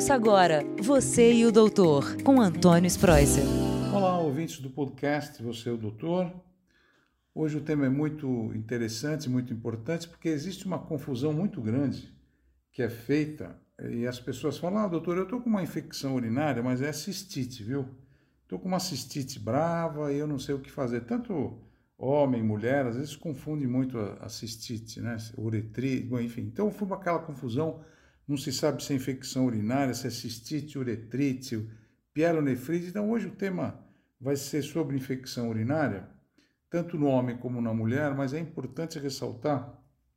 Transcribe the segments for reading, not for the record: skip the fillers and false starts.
Ouça agora Você e o Doutor, com Antônio Spreuser. Olá, ouvintes do podcast Você e o Doutor. Hoje o tema é muito interessante, muito importante, porque existe uma confusão muito grande que é feita e as pessoas falam, doutor, eu estou com uma infecção urinária, mas é cistite, viu? Estou com uma cistite brava e eu não sei o que fazer. Tanto homem, mulher, às vezes confundem muito a cistite, né? Uretrite, enfim. Então forma aquela confusão, não se sabe se é infecção urinária, se é cistite, uretrite, pielonefrite. Então hoje o tema vai ser sobre infecção urinária, tanto no homem como na mulher, mas é importante ressaltar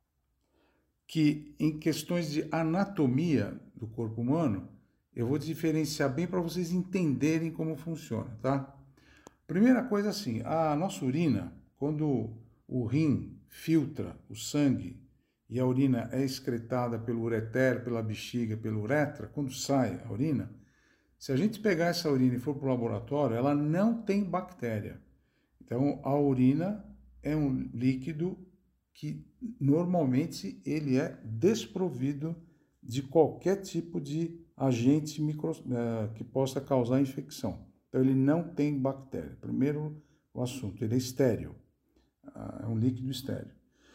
que em questões de anatomia do corpo humano, eu vou diferenciar bem para vocês entenderem como funciona, tá? Primeira coisa assim, a nossa urina, quando o rim filtra o sangue e a urina é excretada pelo ureter, pela bexiga, pela uretra, quando sai a urina, se a gente pegar essa urina e for para o laboratório, ela não tem bactéria. Então, a urina é um líquido que normalmente ele é desprovido de qualquer tipo de agente que possa causar infecção. Então, ele não tem bactéria. Primeiro, o assunto, ele é estéril. É um líquido estéril.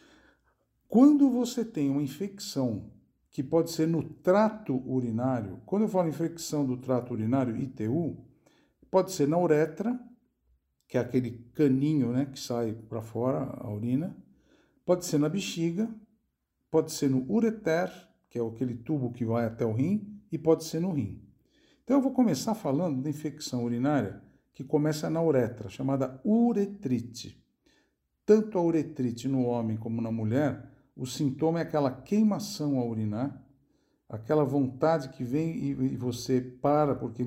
Quando você tem uma infecção que pode ser no trato urinário, quando eu falo infecção do trato urinário, ITU, pode ser na uretra, que é aquele caninho, né, que sai para fora, a urina, pode ser na bexiga, pode ser no ureter, que é aquele tubo que vai até o rim, e pode ser no rim. Então eu vou começar falando da infecção urinária que começa na uretra, chamada uretrite. Tanto a uretrite no homem como na mulher, o sintoma é aquela queimação ao urinar, aquela vontade que vem e você para, porque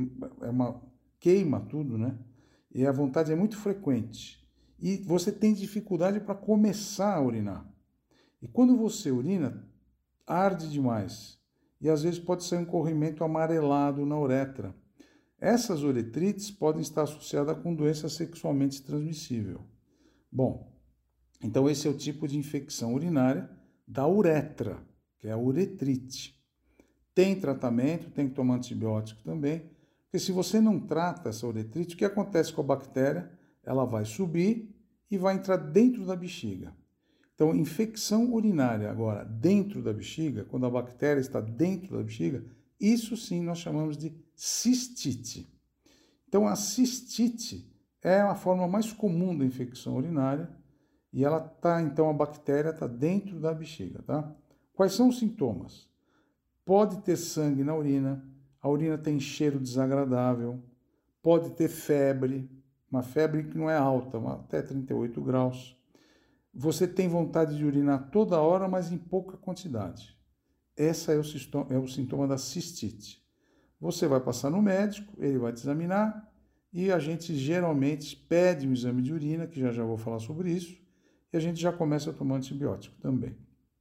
queima tudo, né? E a vontade é muito frequente. E você tem dificuldade para começar a urinar. E quando você urina, arde demais. E às vezes pode ser um corrimento amarelado na uretra. Essas uretrites podem estar associadas com doença sexualmente transmissível. Bom, então esse é o tipo de infecção urinária da uretra, que é a uretrite. Tem tratamento, tem que tomar antibiótico também, porque se você não trata essa uretrite, o que acontece com a bactéria? Ela vai subir e vai entrar dentro da bexiga. Então, infecção urinária agora dentro da bexiga, quando a bactéria está dentro da bexiga, isso sim nós chamamos de cistite. Então, a cistite é a forma mais comum da infecção urinária e então a bactéria está dentro da bexiga, tá? Quais são os sintomas? Pode ter sangue na urina, a urina tem cheiro desagradável, pode ter febre, uma febre que não é alta, até 38 graus. Você tem vontade de urinar toda hora, mas em pouca quantidade. Esse é o sintoma da cistite. Você vai passar no médico, ele vai te examinar e a gente geralmente pede um exame de urina, que já vou falar sobre isso, e a gente já começa a tomar antibiótico também.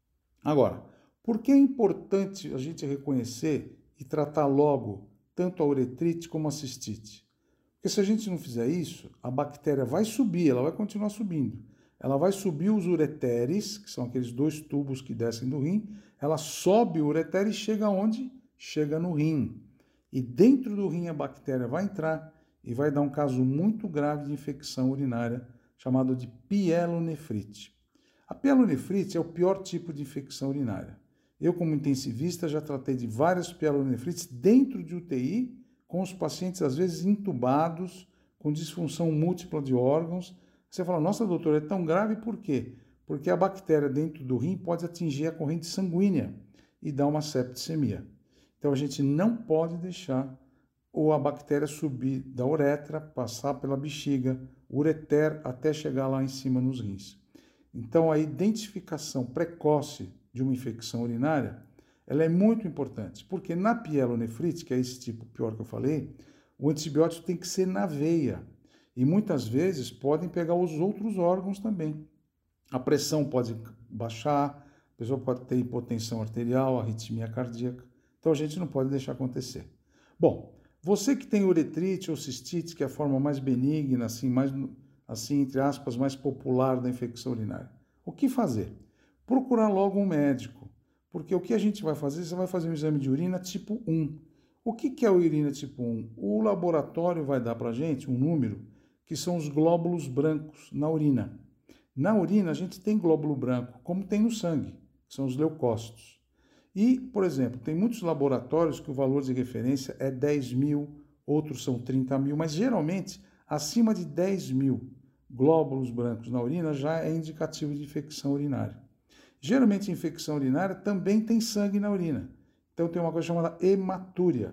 Agora, por que é importante a gente reconhecer e tratar logo tanto a uretrite como a cistite? Porque se a gente não fizer isso, a bactéria vai subir, ela vai continuar subindo. Ela vai subir os ureteres, que são aqueles dois tubos que descem do rim, ela sobe o ureter e chega onde? Chega no rim. E dentro do rim a bactéria vai entrar e vai dar um caso muito grave de infecção urinária, chamado de pielonefrite. A pielonefrite é o pior tipo de infecção urinária. Eu, como intensivista, já tratei de várias pielonefrites dentro de UTI, com os pacientes, às vezes, intubados, com disfunção múltipla de órgãos. Você fala, nossa, doutor, é tão grave por quê? Porque a bactéria dentro do rim pode atingir a corrente sanguínea e dar uma septicemia. Então, a gente não pode deixar a bactéria subir da uretra, passar pela bexiga, ureter, até chegar lá em cima nos rins. Então, a identificação precoce de uma infecção urinária, ela é muito importante, porque na pielonefrite, que é esse tipo pior que eu falei, o antibiótico tem que ser na veia, e muitas vezes podem pegar os outros órgãos também. A pressão pode baixar, a pessoa pode ter hipotensão arterial, arritmia cardíaca, então a gente não pode deixar acontecer. Bom, você que tem uretrite ou cistite, que é a forma mais benigna, assim, entre aspas, mais popular da infecção urinária. O que fazer? Procurar logo um médico, porque o que a gente vai fazer? Você vai fazer um exame de urina tipo 1. O que é a urina tipo 1? O laboratório vai dar para a gente um número que são os glóbulos brancos na urina. Na urina a gente tem glóbulo branco, como tem no sangue, que são os leucócitos. E, por exemplo, tem muitos laboratórios que o valor de referência é 10 mil, outros são 30 mil, mas geralmente acima de 10 mil glóbulos brancos na urina já é indicativo de infecção urinária. Geralmente, infecção urinária também tem sangue na urina. Então, tem uma coisa chamada hematúria.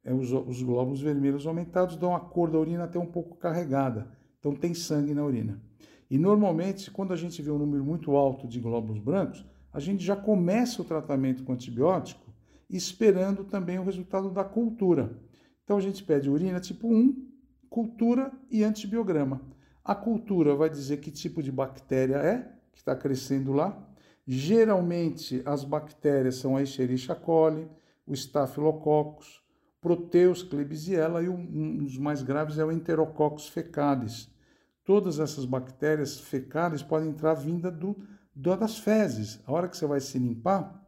Os glóbulos vermelhos aumentados dão a cor da urina até um pouco carregada. Então, tem sangue na urina. E, normalmente, quando a gente vê um número muito alto de glóbulos brancos, a gente já começa o tratamento com antibiótico esperando também o resultado da cultura. Então, a gente pede urina tipo 1, cultura e antibiograma. A cultura vai dizer que tipo de bactéria é, que está crescendo lá. Geralmente, as bactérias são a Escherichia coli, o Staphylococcus, Proteus, Klebsiella e um dos mais graves é o Enterococcus fecalis. Todas essas bactérias fecais podem entrar vinda das fezes. A hora que você vai se limpar,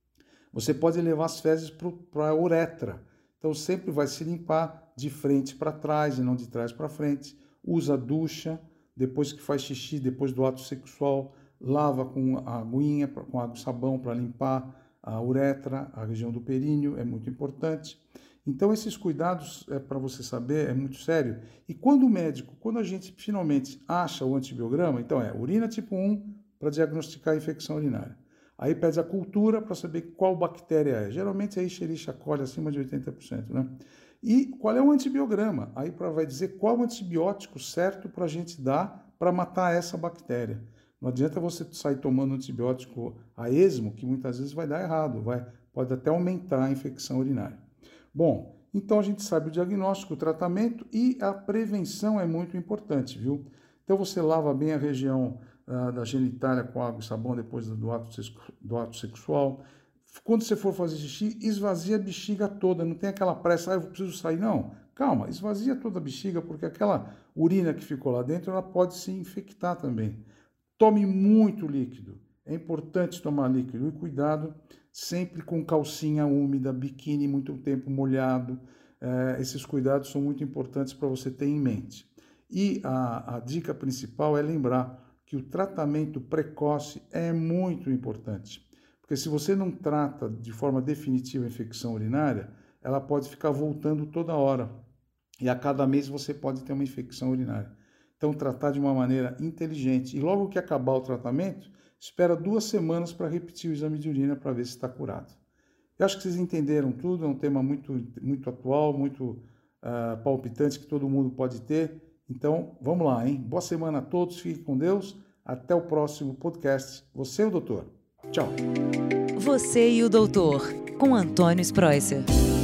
você pode levar as fezes para a uretra. Então, sempre vai se limpar de frente para trás e não de trás para frente. Usa ducha, depois que faz xixi, depois do ato sexual, lava com a aguinha, com água e sabão para limpar a uretra, a região do períneo, é muito importante. Então, esses cuidados, para você saber, é muito sério. E quando a gente finalmente acha o antibiograma, então urina tipo 1 para diagnosticar a infecção urinária. Aí pede a cultura para saber qual bactéria é. Geralmente é Escherichia coli acima de 80%, né? E qual é o antibiograma? Aí vai dizer qual o antibiótico certo para a gente dar para matar essa bactéria. Não adianta você sair tomando antibiótico a esmo, que muitas vezes vai dar errado, pode até aumentar a infecção urinária. Bom, então a gente sabe o diagnóstico, o tratamento e a prevenção é muito importante, viu? Então você lava bem a região da genitália com água e sabão depois do ato sexual. Quando você for fazer xixi, esvazia a bexiga toda, não tem aquela pressa, eu preciso sair, não. Calma, esvazia toda a bexiga, porque aquela urina que ficou lá dentro, ela pode se infectar também. Tome muito líquido, é importante tomar líquido e cuidado sempre com calcinha úmida, biquíni muito tempo molhado. Esses cuidados são muito importantes para você ter em mente. E a dica principal é lembrar que o tratamento precoce é muito importante. Porque se você não trata de forma definitiva a infecção urinária, ela pode ficar voltando toda hora. E a cada mês você pode ter uma infecção urinária. Então, tratar de uma maneira inteligente. E logo que acabar o tratamento, espera 2 semanas para repetir o exame de urina para ver se está curado. Eu acho que vocês entenderam tudo, é um tema muito, muito atual, muito palpitante que todo mundo pode ter. Então, vamos lá, hein? Boa semana a todos, fiquem com Deus. Até o próximo podcast. Você e o doutor. Tchau. Você e o doutor, com Antônio Spreuser.